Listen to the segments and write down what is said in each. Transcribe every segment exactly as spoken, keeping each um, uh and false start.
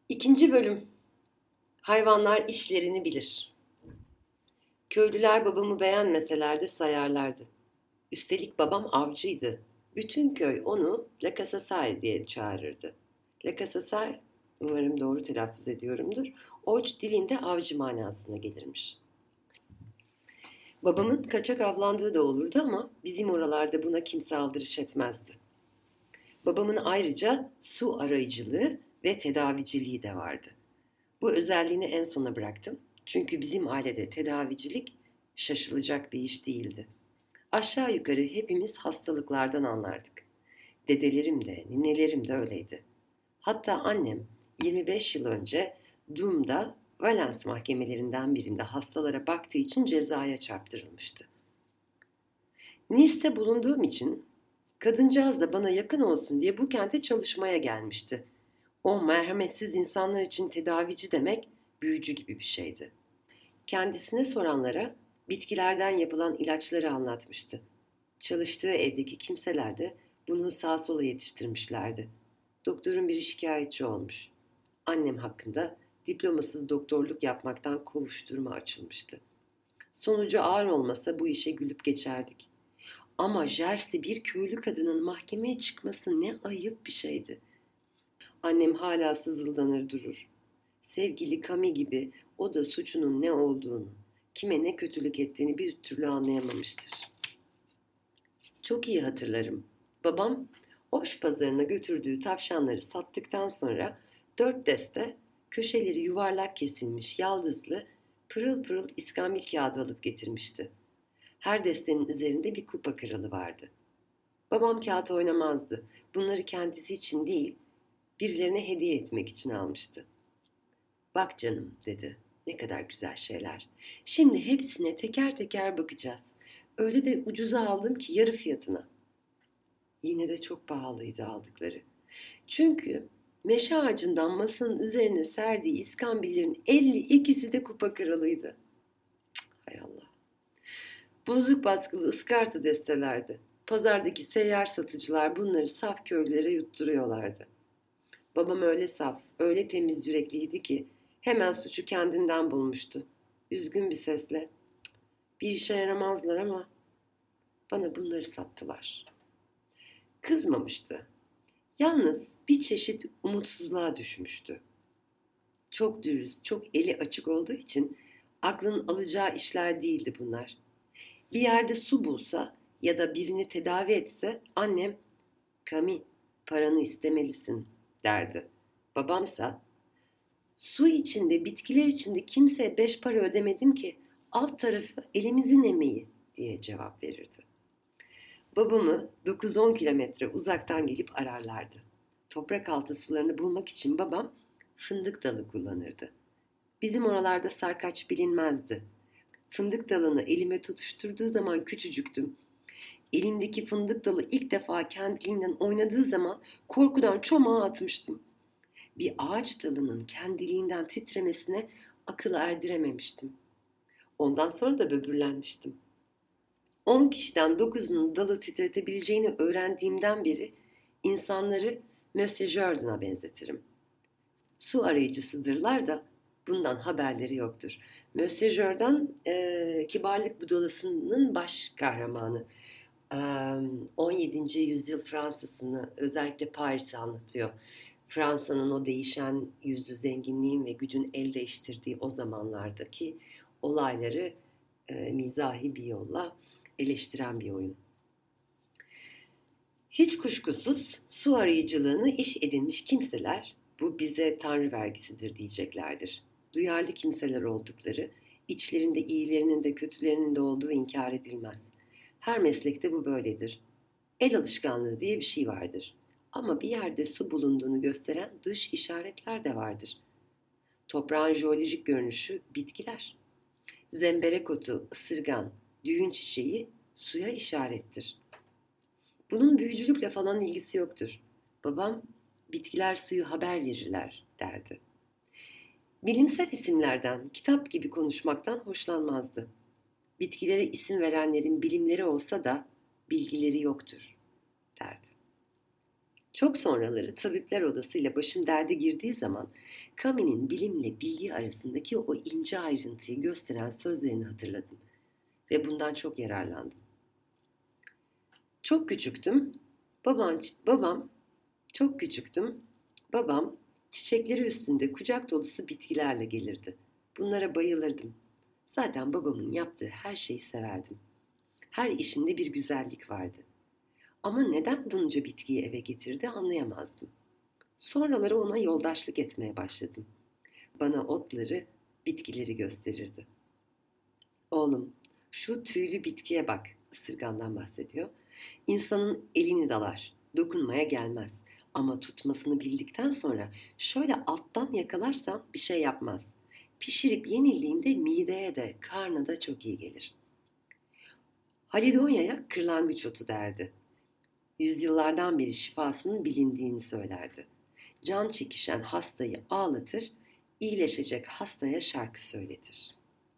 İkinci bölüm. Hayvanlar işlerini bilir. Köylüler babamı beğenmeseler de sayarlardı. Üstelik babam avcıydı. Bütün köy onu La Casasay diye çağırırdı. La Casasay, umarım doğru telaffuz ediyorumdur, Orç dilinde avcı manasına gelirmiş. Babamın kaçak avlandığı da olurdu ama bizim oralarda buna kimse aldırış etmezdi. Babamın ayrıca su arayıcılığı ve tedaviciliği de vardı. Bu özelliğini en sona bıraktım. Çünkü bizim ailede tedavicilik şaşılacak bir iş değildi. Aşağı yukarı hepimiz hastalıklardan anlardık. Dedelerim de, ninelerim de öyleydi. Hatta annem yirmi beş yıl önce Dum'da Valens mahkemelerinden birinde hastalara baktığı için cezaya çarptırılmıştı. Nice'te bulunduğum için kadıncağız da bana yakın olsun diye bu kente çalışmaya gelmişti. O merhametsiz insanlar için tedavici demek büyücü gibi bir şeydi. Kendisine soranlara bitkilerden yapılan ilaçları anlatmıştı. Çalıştığı evdeki kimseler de bunu sağa sola yetiştirmişlerdi. Doktorun biri şikayetçi olmuş. Annem hakkında diplomasız doktorluk yapmaktan kovuşturma açılmıştı. Sonucu ağır olmasa bu işe gülüp geçerdik. Ama Jersey bir köylü kadının mahkemeye çıkması ne ayıp bir şeydi. Annem hala sızıldanır durur. Sevgili Kami gibi o da suçunun ne olduğunu, kime ne kötülük ettiğini bir türlü anlayamamıştır. Çok iyi hatırlarım. Babam Oş pazarına götürdüğü tavşanları sattıktan sonra dört deste köşeleri yuvarlak kesilmiş yaldızlı pırıl pırıl iskambil kağıdı alıp getirmişti. Her destenin üzerinde bir kupa kralı vardı. Babam kağıt oynamazdı. Bunları kendisi için değil, birilerine hediye etmek için almıştı. Bak canım dedi. Ne kadar güzel şeyler. Şimdi hepsine teker teker bakacağız. Öyle de ucuza aldım ki yarı fiyatına. Yine de çok pahalıydı aldıkları. Çünkü meşe ağacından masanın üzerine serdiği iskambillerin elli ikisi de kupa kralıydı. Cık, hay Allah. Bozuk baskılı ıskarta destelerdi. Pazardaki seyyar satıcılar bunları saf köylülere yutturuyorlardı. Babam öyle saf, öyle temiz yürekliydi ki hemen suçu kendinden bulmuştu. Üzgün bir sesle, bir işe yaramazlar ama bana bunları sattılar. Kızmamıştı. Yalnız bir çeşit umutsuzluğa düşmüştü. Çok dürüst, çok eli açık olduğu için aklının alacağı işler değildi bunlar. Bir yerde su bulsa ya da birini tedavi etse annem, Kami, paranı istemelisin derdi. Babamsa, su içinde, bitkiler içinde kimseye beş para ödemedim ki alt tarafı elimizin emeği diye cevap verirdi. Babamı dokuz on kilometre uzaktan gelip ararlardı. Toprak altı sularını bulmak için babam fındık dalı kullanırdı. Bizim oralarda sarkaç bilinmezdi. Fındık dalını elime tutuşturduğu zaman küçücüktüm. Elimdeki fındık dalı ilk defa kendiliğinden oynadığı zaman korkudan çomağa atmıştım. Bir ağaç dalının kendiliğinden titremesine akıl erdirememiştim. Ondan sonra da böbürlenmiştim. On kişiden dokuzunun dalı titretebileceğini öğrendiğimden beri insanları Monsieur Jordan'a benzetirim. Su arayıcısıdırlar da bundan haberleri yoktur. Monsieur Jordan e, kibarlık budalasının baş kahramanı. E, on yedinci yüzyıl Fransa'sını, özellikle Paris'i anlatıyor. Fransa'nın o değişen yüzü, zenginliğin ve gücün el değiştirdiği o zamanlardaki olayları e, mizahi bir yolla eleştiren bir oyun. Hiç kuşkusuz su arayıcılığını iş edinmiş kimseler bu bize tanrı vergisidir diyeceklerdir. Duyarlı kimseler oldukları, içlerinde iyilerinin de kötülerinin de olduğu inkar edilmez. Her meslekte bu böyledir. El alışkanlığı diye bir şey vardır. Ama bir yerde su bulunduğunu gösteren dış işaretler de vardır. Toprağın jeolojik görünüşü bitkiler. Zemberek otu, ısırgan, düğün çiçeği suya işarettir. Bunun büyücülükle falan ilgisi yoktur. Babam, bitkiler suyu haber verirler derdi. Bilimsel isimlerden, kitap gibi konuşmaktan hoşlanmazdı. Bitkilere isim verenlerin bilimleri olsa da bilgileri yoktur derdi. Çok sonraları tabipler odasıyla başım derde girdiği zaman Camus'in bilimle bilgi arasındaki o ince ayrıntıyı gösteren sözlerini hatırladım ve bundan çok yararlandım. Çok küçüktüm. Babam, babam çok küçüktüm. Babam çiçekleri üstünde kucak dolusu bitkilerle gelirdi. Bunlara bayılırdım. Zaten babamın yaptığı her şeyi severdim. Her işinde bir güzellik vardı. Ama neden bunca bitkiyi eve getirdi anlayamazdım. Sonraları ona yoldaşlık etmeye başladım. Bana otları, bitkileri gösterirdi. Oğlum, şu tüylü bitkiye bak, ısırgandan bahsediyor. İnsanın elini dalar, dokunmaya gelmez. Ama tutmasını bildikten sonra şöyle alttan yakalarsan bir şey yapmaz. Pişirip yenildiğinde mideye de, karnına da çok iyi gelir. Halidonya'ya kırlangıç otu derdi. Yüzyıllardan beri şifasının bilindiğini söylerdi. Can çekişen hastayı ağlatır, iyileşecek hastaya şarkı söyletir.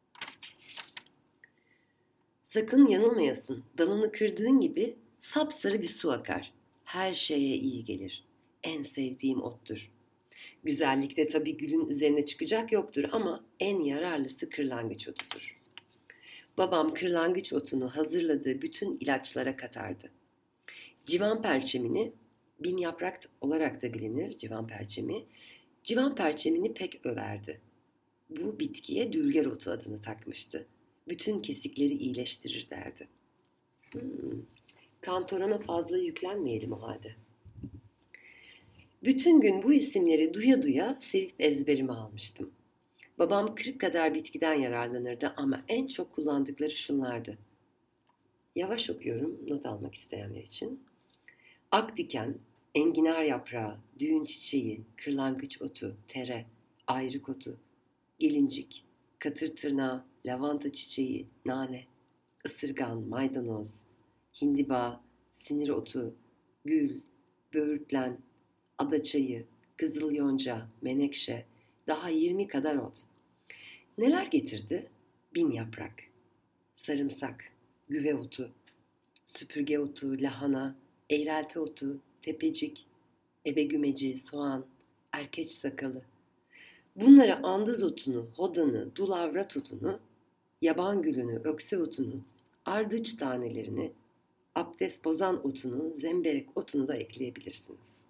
Sakın yanılmayasın, dalını kırdığın gibi sapsarı bir su akar. Her şeye iyi gelir. En sevdiğim ottur. Güzellikte tabii gülün üzerine çıkacak yoktur ama en yararlısı kırlangıç otudur. Babam kırlangıç otunu hazırladığı bütün ilaçlara katardı. Civan perçemini, bin yaprak olarak da bilinir civan perçemi, civan perçemini pek överdi. Bu bitkiye dülger otu adını takmıştı. Bütün kesikleri iyileştirir derdi. Hmm. Kantorana fazla yüklenmeyelim o halde. Bütün gün bu isimleri duya duya sevip ezberime almıştım. Babam kırk kadar bitkiden yararlanırdı ama en çok kullandıkları şunlardı. Yavaş okuyorum not almak isteyenler için. Akdiken, enginar yaprağı, düğün çiçeği, kırlangıç otu, tere, ayrık otu, gelincik, katır tırnağı, lavanta çiçeği, nane, ısırgan, maydanoz, hindiba, sinir otu, gül, böğürtlen, adaçayı, kızıl yonca, menekşe, daha yirmi kadar ot. Neler getirdi? Bin yaprak, sarımsak, güve otu, süpürge otu, lahana, eğrelti otu, tepecik, ebegümeci, soğan, erkeç sakalı. Bunlara andız otunu, hodanı, dulavrat otunu, yaban gülünü, ökse otunu, ardıç tanelerini, abdest bozan otunu, zemberek otunu da ekleyebilirsiniz.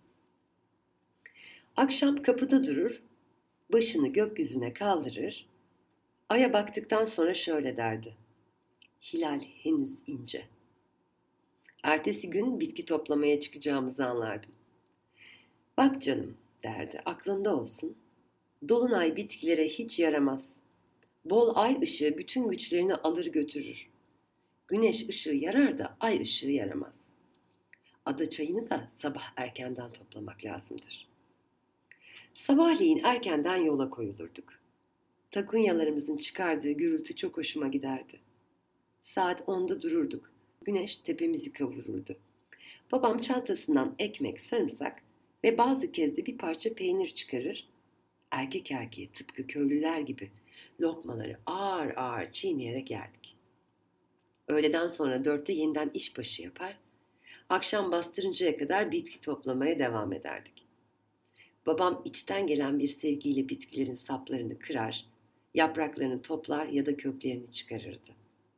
Akşam kapıda durur, başını gökyüzüne kaldırır, aya baktıktan sonra şöyle derdi. Hilal henüz ince. Ertesi gün bitki toplamaya çıkacağımızı anlardım. Bak canım derdi, aklında olsun. Dolunay bitkilere hiç yaramaz. Bol ay ışığı bütün güçlerini alır götürür. Güneş ışığı yarar da ay ışığı yaramaz. Adaçayını da sabah erkenden toplamak lazımdır. Sabahleyin erkenden yola koyulurduk. Takunyalarımızın çıkardığı gürültü çok hoşuma giderdi. Saat onda dururduk. Güneş tepemizi kavururdu. Babam çantasından ekmek, sarımsak ve bazı kez de bir parça peynir çıkarır. Erkek erkeğe tıpkı köylüler gibi lokmaları ağır ağır çiğneyerek yerdik. Öğleden sonra dörtte yeniden işbaşı yapar, akşam bastırıncaya kadar bitki toplamaya devam ederdik. Babam içten gelen bir sevgiyle bitkilerin saplarını kırar, yapraklarını toplar ya da köklerini çıkarırdı.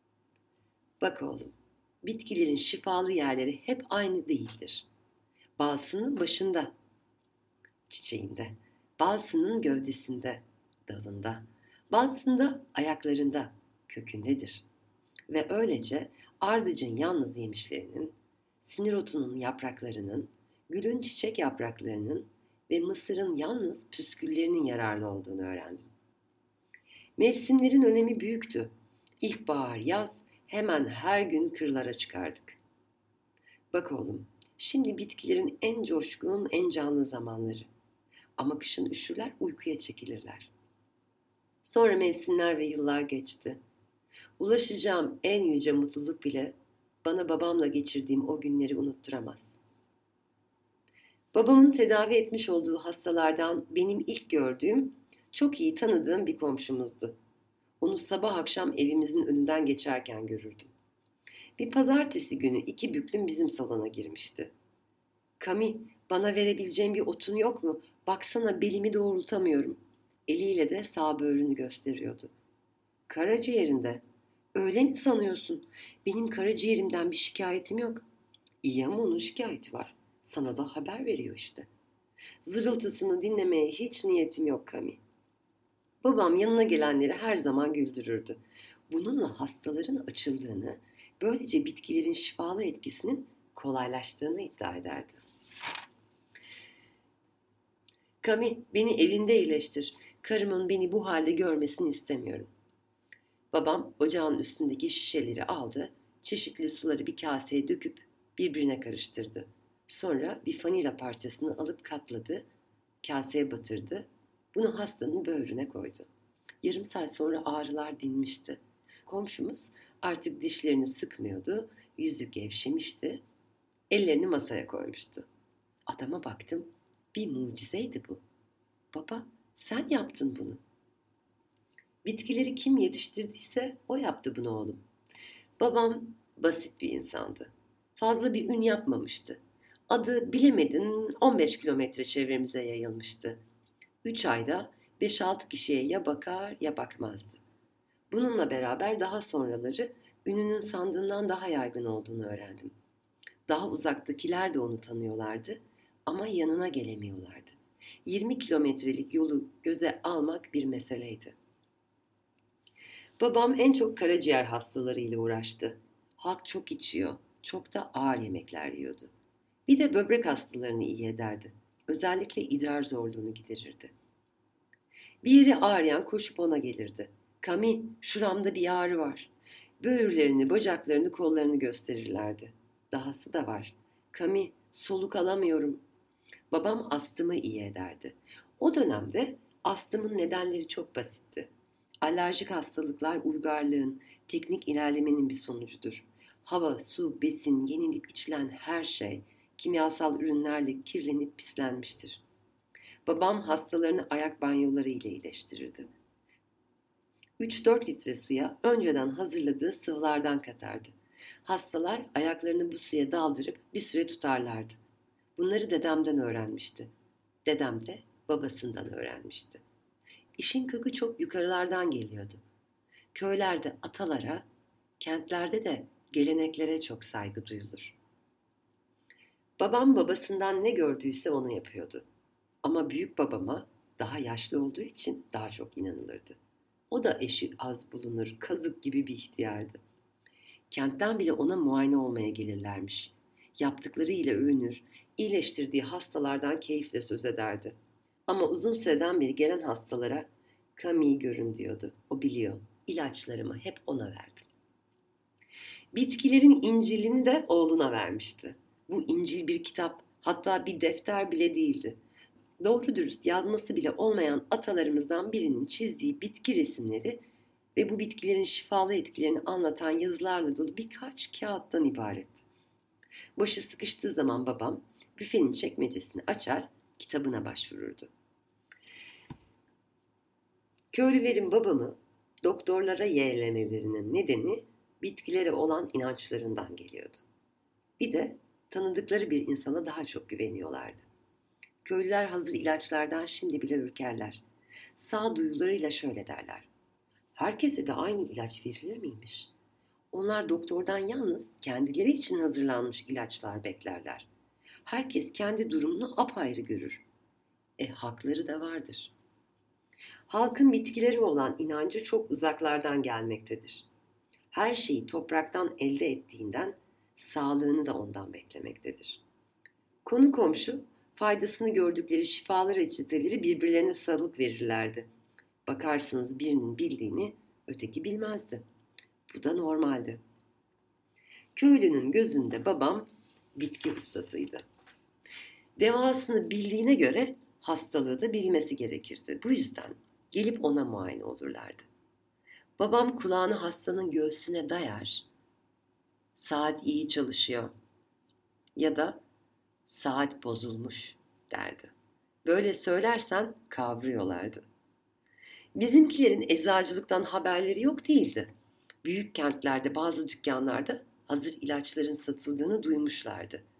Bak oğlum, bitkilerin şifalı yerleri hep aynı değildir. Bazısının başında, çiçeğinde, bazısının gövdesinde, dalında, bazısında ayaklarında, kökündedir. Ve öylece ardıcın yalnız yemişlerinin, sinir otunun yapraklarının, gülün çiçek yapraklarının ve mısırın yalnız püsküllerinin yararlı olduğunu öğrendim. Mevsimlerin önemi büyüktü. İlkbahar, yaz hemen her gün kırlara çıkardık. Bak oğlum, şimdi bitkilerin en coşkun, en canlı zamanları. Ama kışın üşürler, uykuya çekilirler. Sonra mevsimler ve yıllar geçti. Ulaşacağım en yüce mutluluk bile bana babamla geçirdiğim o günleri unutturamaz. Babamın tedavi etmiş olduğu hastalardan benim ilk gördüğüm, çok iyi tanıdığım bir komşumuzdu. Onu sabah akşam evimizin önünden geçerken görürdüm. Bir pazartesi günü iki büklüm bizim salona girmişti. Kami, Bana verebileceğin bir otun yok mu? Baksana belimi doğrultamıyorum. Eliyle de sağ böğrünü gösteriyordu. Karaciğerinde. Öyle mi sanıyorsun? Benim karaciğerimden bir şikayetim yok. İyi ama onun şikayeti var. Sana da haber veriyor işte. Zırıltısını dinlemeye hiç niyetim yok Kami. Babam yanına gelenleri her zaman güldürürdü. Bununla hastaların açıldığını, böylece bitkilerin şifalı etkisinin kolaylaştığını iddia ederdi. Kami, beni evinde iyileştir. Karımın beni bu halde görmesini istemiyorum. Babam ocağın üstündeki şişeleri aldı, çeşitli suları bir kaseye döküp birbirine karıştırdı. Sonra bir fanila parçasını alıp katladı, kaseye batırdı. Bunu hastanın böğrüne koydu. Yarım saat sonra ağrılar dinmişti. Komşumuz artık dişlerini sıkmıyordu, yüzü gevşemişti, ellerini masaya koymuştu. Adama baktım, bir mucizeydi bu. Baba, sen yaptın bunu. Bitkileri kim yetiştirdiyse o yaptı bunu oğlum. Babam basit bir insandı. Fazla bir ün yapmamıştı. Adı bilemedin on beş kilometre çevremize yayılmıştı. Üç ayda beş altı kişiye ya bakar ya bakmazdı. Bununla beraber daha sonraları ününün sandığından daha yaygın olduğunu öğrendim. Daha uzaktakiler de onu tanıyorlardı ama yanına gelemiyorlardı. yirmi kilometrelik yolu göze almak bir meseleydi. Babam en çok karaciğer hastalarıyla uğraştı. Halk çok içiyor, çok da ağır yemekler yiyordu. Bir de böbrek hastalarını iyi ederdi. Özellikle idrar zorluğunu giderirdi. Bir yeri ağrıyan koşup ona gelirdi. Kami, şuramda bir ağrı var. Böğürlerini, bacaklarını, kollarını gösterirlerdi. Dahası da var. Kami, soluk alamıyorum. Babam astımı iyi ederdi. O dönemde astımın nedenleri çok basitti. Alerjik hastalıklar uygarlığın, teknik ilerlemenin bir sonucudur. Hava, su, besin, yenilip içilen her şey kimyasal ürünlerle kirlenip pislenmiştir. Babam hastalarını ayak banyoları ile iyileştirirdi. üç dört litre suya önceden hazırladığı sıvılardan katardı. Hastalar ayaklarını bu suya daldırıp bir süre tutarlardı. Bunları dedemden öğrenmişti. Dedem de babasından öğrenmişti. İşin kökü çok yukarılardan geliyordu. Köylerde atalara, kentlerde de geleneklere çok saygı duyulur. Babam babasından ne gördüyse onu yapıyordu. Ama büyük babama daha yaşlı olduğu için daha çok inanılırdı. O da eşi az bulunur, kazık gibi bir ihtiyardı. Kentten bile ona muayene olmaya gelirlermiş. Yaptıklarıyla övünür, iyileştirdiği hastalardan keyifle söz ederdi. Ama uzun süreden beri gelen hastalara Kami'yi görün diyordu. O biliyor. İlaçlarımı hep ona verdim. Bitkilerin İncil'ini de oğluna vermişti. Bu İncil bir kitap, hatta bir defter bile değildi. Doğru dürüst yazması bile olmayan atalarımızdan birinin çizdiği bitki resimleri ve bu bitkilerin şifalı etkilerini anlatan yazılarla dolu birkaç kağıttan ibaretti. Başı sıkıştığı zaman babam büfenin çekmecesini açar, kitabına başvururdu. Köylülerin babamı doktorlara yeğlemelerinin nedeni bitkilere olan inançlarından geliyordu. Bir de tanıdıkları bir insana daha çok güveniyorlardı. Köylüler hazır ilaçlardan şimdi bile ürkerler. Sağduyularıyla şöyle derler. Herkese de aynı ilaç verilir miymiş? Onlar doktordan yalnız kendileri için hazırlanmış ilaçlar beklerler. Herkes kendi durumunu apayrı görür. E hakları da vardır. Halkın bitkileri olan inancı çok uzaklardan gelmektedir. Her şeyi topraktan elde ettiğinden sağlığını da ondan beklemektedir. Konu komşu faydasını gördükleri şifalı reçeteleri birbirlerine sarılık verirlerdi. Bakarsınız birinin bildiğini öteki bilmezdi. Bu da normaldi. Köylünün gözünde babam bitki ustasıydı. Devasını bildiğine göre hastalığı da bilmesi gerekirdi. Bu yüzden gelip ona muayene olurlardı. Babam kulağını hastanın göğsüne dayar, saat iyi çalışıyor ya da saat bozulmuş derdi. Böyle söylersen kavruyorlardı. Bizimkilerin eczacılıktan haberleri yok değildi. Büyük kentlerde bazı dükkanlarda hazır ilaçların satıldığını duymuşlardı.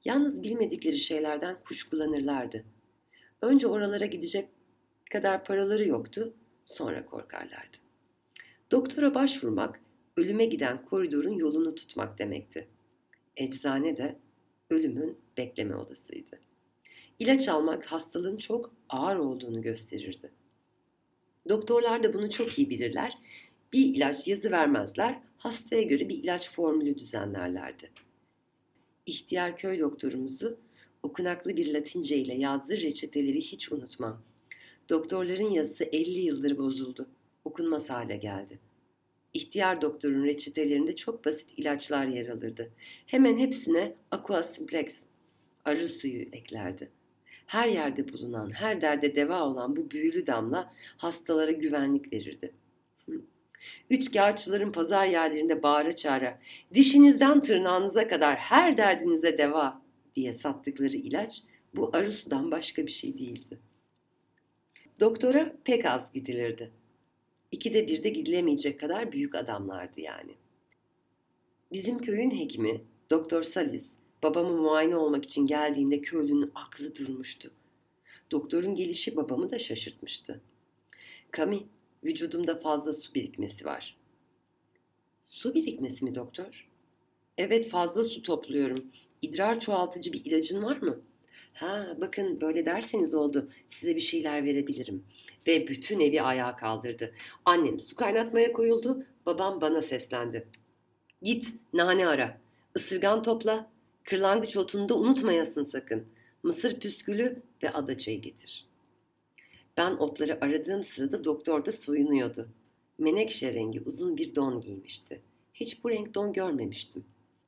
Yalnız bilmedikleri şeylerden kuşkulanırlardı. Önce oralara gidecek kadar paraları yoktu, sonra korkarlardı. Doktora başvurmak, ölüme giden koridorun yolunu tutmak demekti. Eczane de ölümün bekleme odasıydı. İlaç almak hastalığın çok ağır olduğunu gösterirdi. Doktorlar da bunu çok iyi bilirler. Bir ilaç yazı vermezler, hastaya göre bir ilaç formülü düzenlerlerdi. İhtiyar köy doktorumuzu okunaklı bir Latince ile yazdığı reçeteleri hiç unutmam. Doktorların yazısı elli yıldır bozuldu. Okunmaz hale geldi. İhtiyar doktorun reçetelerinde çok basit ilaçlar yer alırdı. Hemen hepsine aqua simplex, arı suyu eklerdi. Her yerde bulunan, her derde deva olan bu büyülü damla hastalara güvenlik verirdi. Üçkağıtçıların pazar yerlerinde bağıra çağıra, dişinizden tırnağınıza kadar her derdinize deva diye sattıkları ilaç bu arı sudan başka bir şey değildi. Doktora pek az gidilirdi. İkide birde gidilemeyecek kadar büyük adamlardı yani. Bizim köyün hekimi Doktor Salis babamı muayene olmak için geldiğinde köylünün aklı durmuştu. Doktorun gelişi babamı da şaşırtmıştı. Kami, vücudumda fazla su birikmesi var. Su birikmesi mi doktor? Evet, fazla su topluyorum. İdrar çoğaltıcı bir ilacın var mı? Ha, bakın böyle derseniz oldu. Size bir şeyler verebilirim. Ve bütün evi ayağa kaldırdı. Annem su kaynatmaya koyuldu. Babam bana seslendi. Git nane ara. Isırgan topla. Kırlangıç otunu da unutmayasın sakın. Mısır püskülü ve adaçayı getir. Ben otları aradığım sırada doktor da soyunuyordu. Menekşe rengi uzun bir don giymişti. Hiç bu renk don görmemiştim.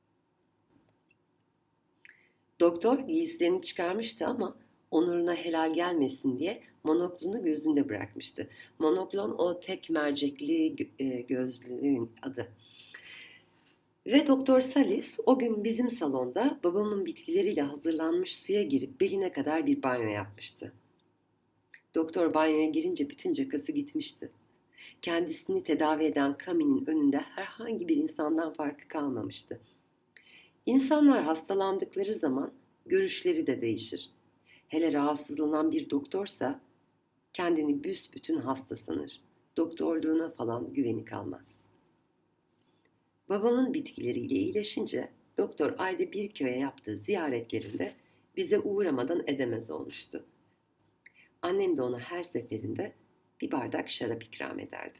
Doktor giysilerini çıkarmıştı ama onuruna helal gelmesin diye monoklunu gözünde bırakmıştı. Monoklon o tek mercekli gözlüğün adı. Ve Doktor Salis o gün bizim salonda babamın bitkileriyle hazırlanmış suya girip beline kadar bir banyo yapmıştı. Doktor banyoya girince bütün cakası gitmişti. Kendisini tedavi eden Kami'nin önünde herhangi bir insandan farkı kalmamıştı. İnsanlar hastalandıkları zaman görüşleri de değişir. Hele rahatsızlanan bir doktorsa kendini büsbütün hasta sanır. Doktorluğuna falan güveni kalmaz. Babamın bitkileriyle iyileşince doktor ayda bir köye yaptığı ziyaretlerinde bize uğramadan edemez olmuştu. Annem de ona her seferinde bir bardak şarap ikram ederdi.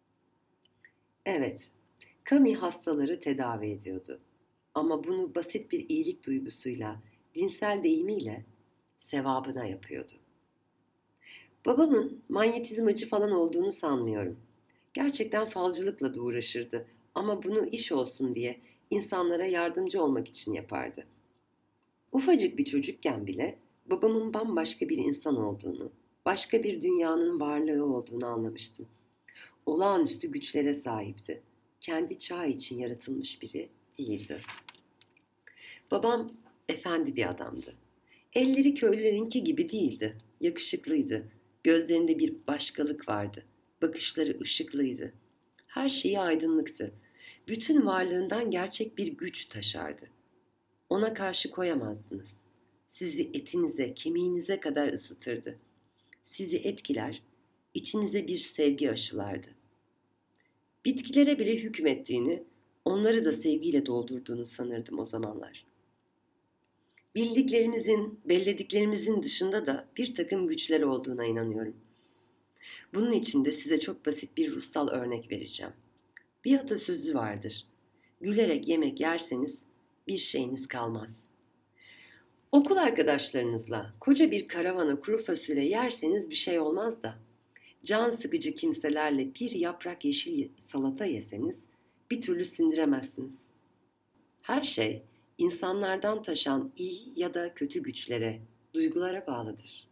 Evet, Kami hastaları tedavi ediyordu. Ama bunu basit bir iyilik duygusuyla, dinsel deyimiyle sevabına yapıyordu. Babamın manyetizmacı falan olduğunu sanmıyorum. Gerçekten falcılıkla da uğraşırdı ama bunu iş olsun diye insanlara yardımcı olmak için yapardı. Ufacık bir çocukken bile babamın bambaşka bir insan olduğunu, başka bir dünyanın varlığı olduğunu anlamıştım. Olağanüstü güçlere sahipti. Kendi çağı için yaratılmış biri değildi. Babam efendi bir adamdı. Elleri köylülerinki gibi değildi. Yakışıklıydı. Gözlerinde bir başkalık vardı. Bakışları ışıklıydı. Her şeyi aydınlıktı. Bütün varlığından gerçek bir güç taşardı. Ona karşı koyamazdınız. Sizi etinize, kemiğinize kadar ısıtırdı. Sizi etkiler, içinize bir sevgi aşılardı. Bitkilere bile hükmettiğini, onları da sevgiyle doldurduğunu sanırdım o zamanlar. Bildiklerimizin, bellediklerimizin dışında da bir takım güçler olduğuna inanıyorum. Bunun için de size çok basit bir ruhsal örnek vereceğim. Bir atasözü vardır. Gülerek yemek yerseniz bir şeyiniz kalmaz. Okul arkadaşlarınızla koca bir karavana kuru fasulye yerseniz bir şey olmaz da, can sıkıcı kimselerle bir yaprak yeşil salata yeseniz bir türlü sindiremezsiniz. Her şey insanlardan taşan iyi ya da kötü güçlere, duygulara bağlıdır.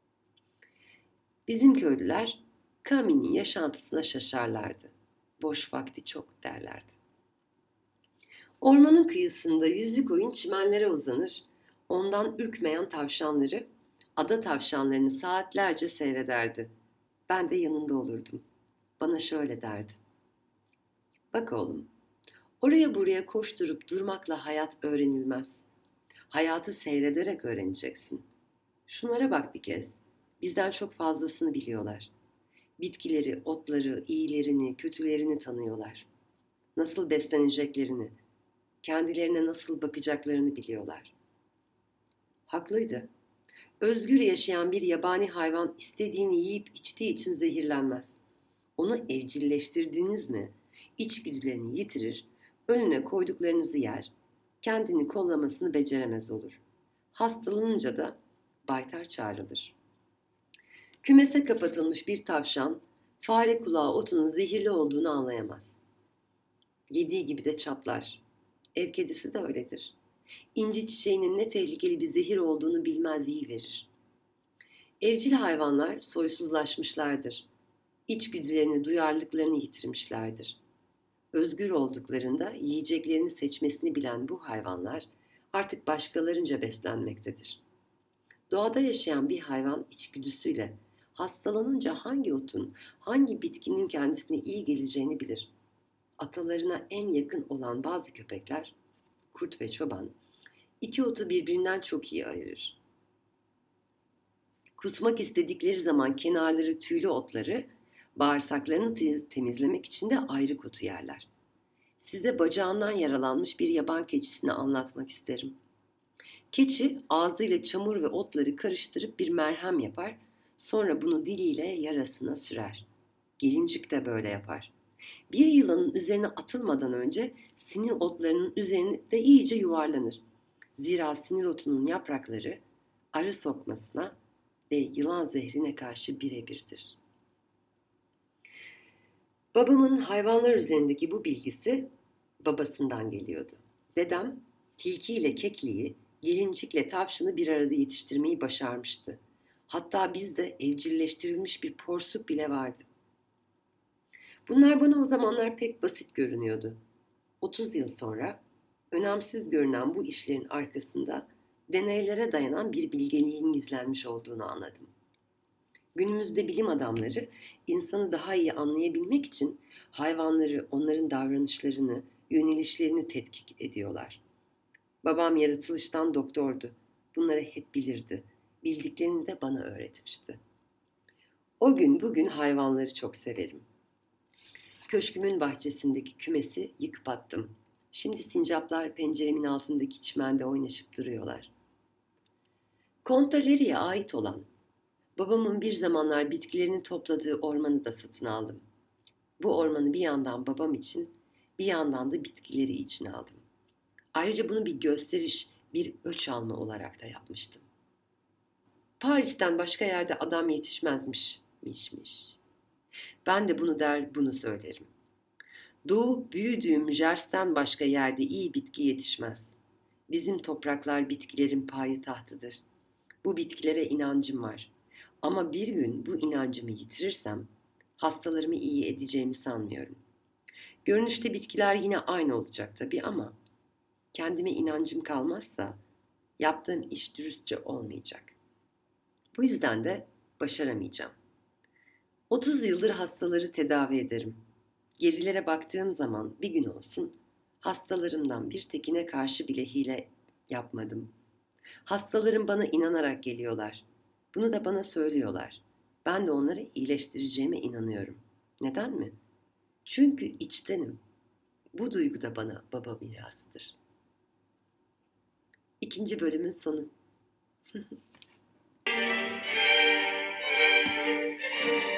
Bizim köylüler Kami'nin yaşantısına şaşarlardı. Boş vakti çok derlerdi. Ormanın kıyısında yüzü koyun çimenlere uzanır, ondan ürkmeyen tavşanları, ada tavşanlarını saatlerce seyrederdi. Ben de yanında olurdum. Bana şöyle derdi. Bak oğlum, oraya buraya koşturup durmakla hayat öğrenilmez. Hayatı seyrederek öğreneceksin. Şunlara bak bir kez. Bizden çok fazlasını biliyorlar. Bitkileri, otları, iyilerini, kötülerini tanıyorlar. Nasıl besleneceklerini, kendilerine nasıl bakacaklarını biliyorlar. Haklıydı. Özgür yaşayan bir yabani hayvan istediğini yiyip içtiği için zehirlenmez. Onu evcilleştirdiniz mi, içgüdülerini yitirir, önüne koyduklarınızı yer, kendini kollamasını beceremez olur. Hastalanınca da baytar çağrılır. Kümese kapatılmış bir tavşan, fare kulağı otunun zehirli olduğunu anlayamaz. Yediği gibi de çatlar. Ev kedisi de öyledir. İnci çiçeğinin ne tehlikeli bir zehir olduğunu bilmez yiyiverir. Evcil hayvanlar soysuzlaşmışlardır. İçgüdülerini, duyarlılıklarını yitirmişlerdir. Özgür olduklarında yiyeceklerini seçmesini bilen bu hayvanlar artık başkalarınca beslenmektedir. Doğada yaşayan bir hayvan içgüdüsüyle hastalanınca hangi otun, hangi bitkinin kendisine iyi geleceğini bilir. Atalarına en yakın olan bazı köpekler, kurt ve çoban, iki otu birbirinden çok iyi ayırır. Kusmak istedikleri zaman kenarları tüylü otları, bağırsaklarını temizlemek için de ayrı otu yerler. Size bacağından yaralanmış bir yaban keçisini anlatmak isterim. Keçi ağzıyla çamur ve otları karıştırıp bir merhem yapar, sonra bunu diliyle yarasına sürer. Gelincik de böyle yapar. Bir yılanın üzerine atılmadan önce sinir otlarının üzerinde iyice yuvarlanır. Zira sinir otunun yaprakları arı sokmasına ve yılan zehrine karşı birebirdir. Babamın hayvanlar üzerindeki bu bilgisi babasından geliyordu. Dedem tilkiyle kekliği, gelincikle tavşanı bir arada yetiştirmeyi başarmıştı. Hatta bizde evcilleştirilmiş bir porsuk bile vardı. Bunlar bana o zamanlar pek basit görünüyordu. otuz yıl sonra önemsiz görünen bu işlerin arkasında deneylere dayanan bir bilgeliğin gizlenmiş olduğunu anladım. Günümüzde bilim adamları insanı daha iyi anlayabilmek için hayvanları, onların davranışlarını, yönelişlerini tetkik ediyorlar. Babam yaratılıştan doktordu. Bunları hep bilirdi. Bildiklerini de bana öğretmişti. O gün bugün hayvanları çok severim. Köşkümün bahçesindeki kümesi yıkıp attım. Şimdi sincaplar penceremin altındaki çimende oynaşıp duruyorlar. Contaleri'ye ait olan, babamın bir zamanlar bitkilerini topladığı ormanı da satın aldım. Bu ormanı bir yandan babam için, bir yandan da bitkileri için aldım. Ayrıca bunu bir gösteriş, bir öç alma olarak da yapmıştım. Paris'ten başka yerde adam yetişmezmiş, mişmiş. Ben de bunu der, bunu söylerim. Doğup büyüdüğüm Jers'ten başka yerde iyi bitki yetişmez. Bizim topraklar bitkilerin payitahtıdır. Bu bitkilere inancım var. Ama bir gün bu inancımı yitirirsem hastalarımı iyi edeceğimi sanmıyorum. Görünüşte bitkiler yine aynı olacak tabii ama kendime inancım kalmazsa yaptığım iş dürüstçe olmayacak. Bu yüzden de başaramayacağım. otuz yıldır hastaları tedavi ederim. Gerilere baktığım zaman bir gün olsun hastalarımdan bir tekine karşı bile hile yapmadım. Hastalarım bana inanarak geliyorlar. Bunu da bana söylüyorlar. Ben de onları iyileştireceğime inanıyorum. Neden mi? Çünkü içtenim. Bu duygu da bana baba mirasıdır. İkinci bölümün sonu.